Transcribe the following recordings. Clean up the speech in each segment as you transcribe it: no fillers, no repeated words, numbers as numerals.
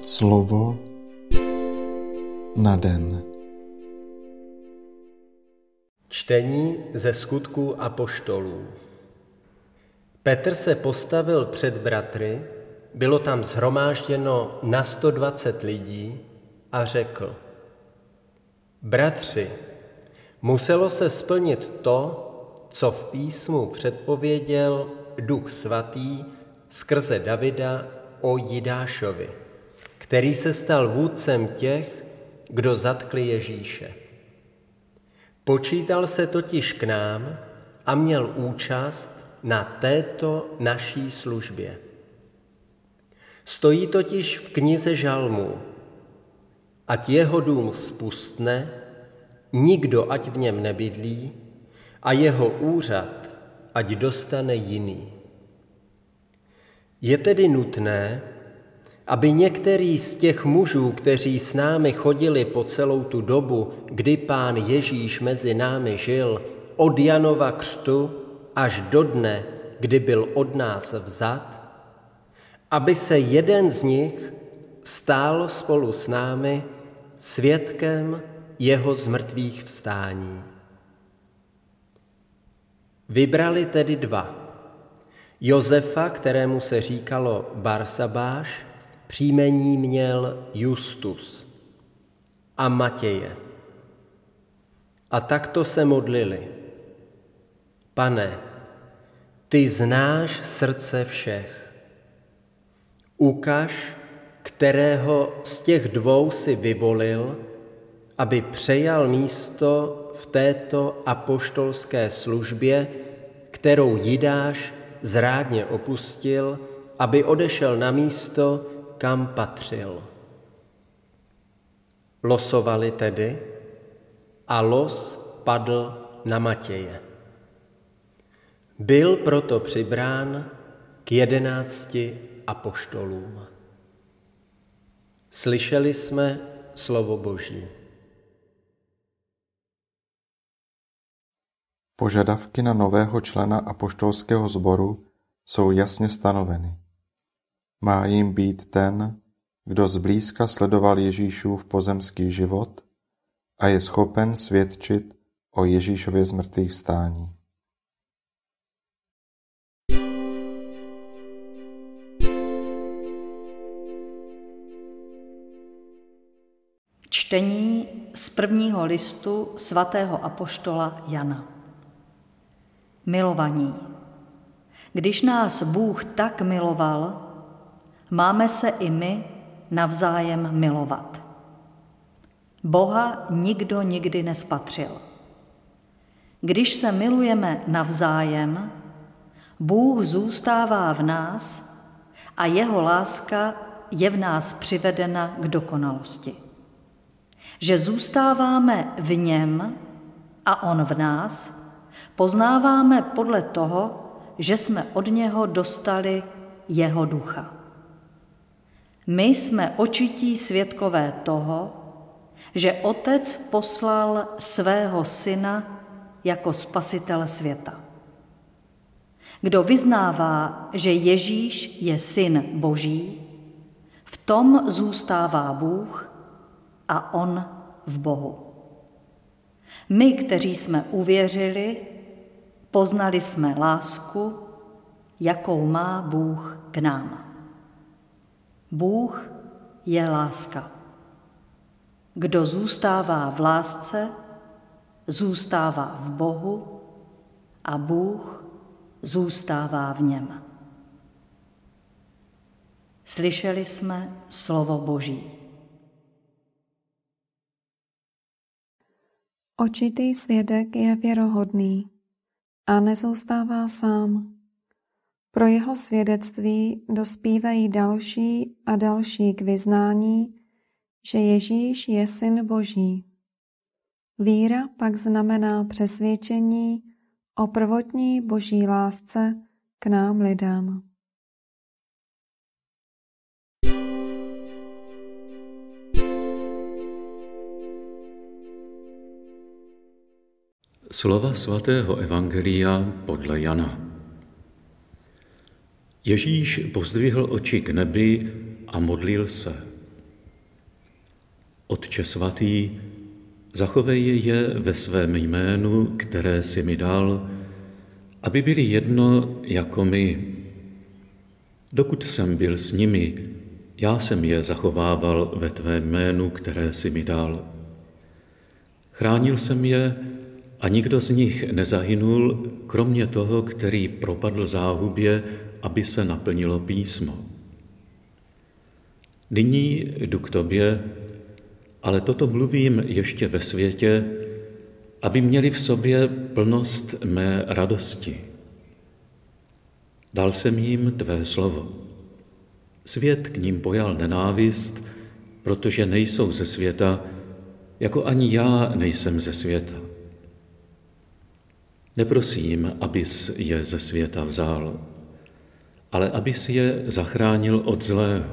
Slovo na den. Čtení ze Skutků apoštolů. Petr se postavil před bratry, bylo tam shromážděno na 120 lidí a řekl: Bratři, muselo se splnit to, co v písmu předpověděl Duch Svatý skrze Davida o Jidášovi, který se stal vůdcem těch, kdo zatkli Ježíše. Počítal se totiž k nám a měl účast na této naší službě. Stojí totiž v knize Žalmů: ať jeho dům spustne, nikdo ať v něm nebydlí, a jeho úřad ať dostane jiný. Je tedy nutné, aby některý z těch mužů, kteří s námi chodili po celou tu dobu, kdy Pán Ježíš mezi námi žil, od Janova křtu až do dne, kdy byl od nás vzat, aby se jeden z nich stál spolu s námi svědkem jeho zmrtvých vstání. Vybrali tedy dva: Josefa, kterému se říkalo Barsabáš, příjmení měl Justus, a Matěje. A takto se modlili: Pane, ty znáš srdce všech. Ukaž, kterého z těch dvou si vyvolil, aby přejal místo v této apoštolské službě, kterou Jidáš zrádně opustil, aby odešel na místo, kam patřil. Losovali tedy a los padl na Matěje. Byl proto přibrán k 11 apoštolům. Slyšeli jsme slovo Boží. Požadavky na nového člena apoštolského sboru jsou jasně stanoveny. Má jim být ten, kdo zblízka sledoval Ježíšův pozemský život a je schopen svědčit o Ježíšově zmrtvých vstání. Čtení z prvního listu svatého apoštola Jana. Milovaní, když nás Bůh tak miloval, máme se i my navzájem milovat. Boha nikdo nikdy nespatřil. Když se milujeme navzájem, Bůh zůstává v nás a jeho láska je v nás přivedena k dokonalosti. Že zůstáváme v něm a on v nás, poznáváme podle toho, že jsme od něho dostali jeho ducha. My jsme očití svědkové toho, že Otec poslal svého Syna jako spasitel světa. Kdo vyznává, že Ježíš je Syn Boží, v tom zůstává Bůh a on v Bohu. My, kteří jsme uvěřili, poznali jsme lásku, jakou má Bůh k nám. Bůh je láska. Kdo zůstává v lásce, zůstává v Bohu a Bůh zůstává v něm. Slyšeli jsme slovo Boží. Očitý svědek je věrohodný a nezůstává sám. Pro jeho svědectví dospívají další a další k vyznání, že Ježíš je Syn Boží. Víra pak znamená přesvědčení o prvotní Boží lásce k nám lidem. Slova svatého evangelia podle Jana. Ježíš pozdvihl oči k nebi a modlil se. Otče svatý, zachovej je ve svém jménu, které jsi mi dal, aby byli jedno jako my. Dokud jsem byl s nimi, já jsem je zachovával ve tvém jménu, které jsi mi dal. Chránil jsem je a nikdo z nich nezahynul, kromě toho, který propadl záhubě, aby se naplnilo písmo. Nyní jdu k tobě, ale toto mluvím ještě ve světě, aby měli v sobě plnost mé radosti. Dal jsem jim tvé slovo. Svět k ním pojal nenávist, protože nejsou ze světa, jako ani já nejsem ze světa. Neprosím, abys je ze světa vzal, ale abys je zachránil od zlého.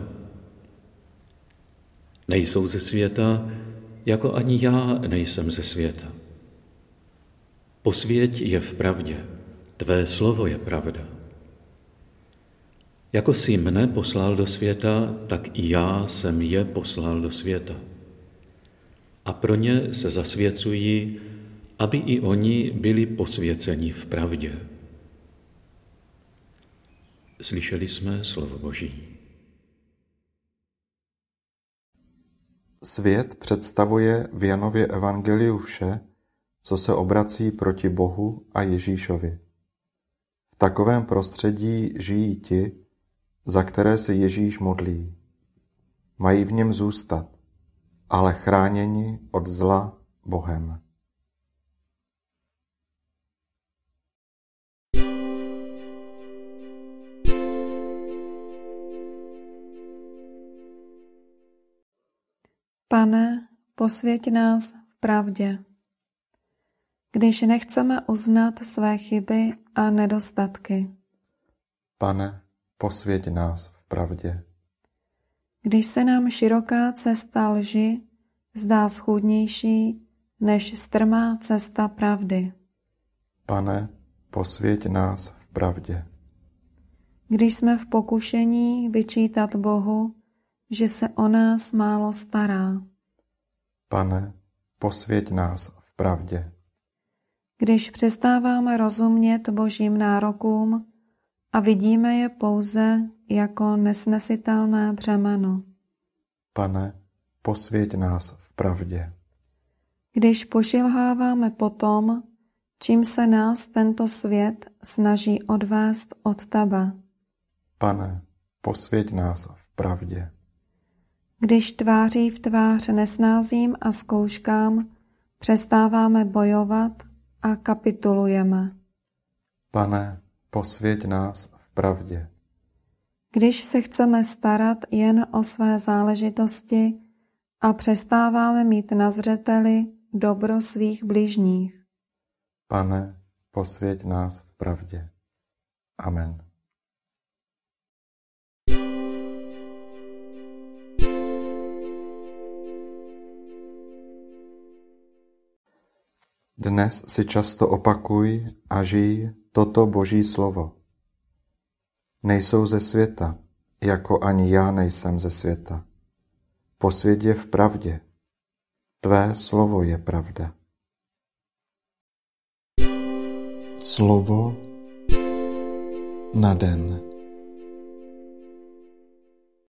Nejsou ze světa, jako ani já nejsem ze světa. Posvěť je v pravdě, tvé slovo je pravda. Jako jsi mne poslal do světa, tak i já jsem je poslal do světa. A pro ně se zasvěcují, aby i oni byli posvěceni v pravdě. Slyšeli jsme slovo Boží. Svět představuje v Janově evangeliu vše, co se obrací proti Bohu a Ježíšovi. V takovém prostředí žijí ti, za které se Ježíš modlí. Mají v něm zůstat, ale chráněni od zla Bohem. Pane, posvěť nás v pravdě. Když nechceme uznat své chyby a nedostatky. Pane, posvěť nás v pravdě. Když se nám široká cesta lži zdá schůdnější než strmá cesta pravdy. Pane, posvěť nás v pravdě. Když jsme v pokušení vyčítat Bohu, že se o nás málo stará. Pane, posvěť nás v pravdě. Když přestáváme rozumět Božím nárokům a vidíme je pouze jako nesnesitelné břemeno. Pane, posvěť nás v pravdě. Když pošilháváme po tom, čím se nás tento svět snaží odvést od tebe. Pane, posvěť nás v pravdě. Když tváří v tvář nesnázím a zkouškám přestáváme bojovat a kapitulujeme. Pane, posvěť nás v pravdě. Když se chceme starat jen o své záležitosti a přestáváme mít na zřeteli dobro svých bližních. Pane, posvěť nás v pravdě. Amen. Dnes si často opakuj a žij toto Boží slovo. Nejsou ze světa, jako ani já nejsem ze světa. Posvěť je v pravdě. Tvé slovo je pravda. Slovo na den.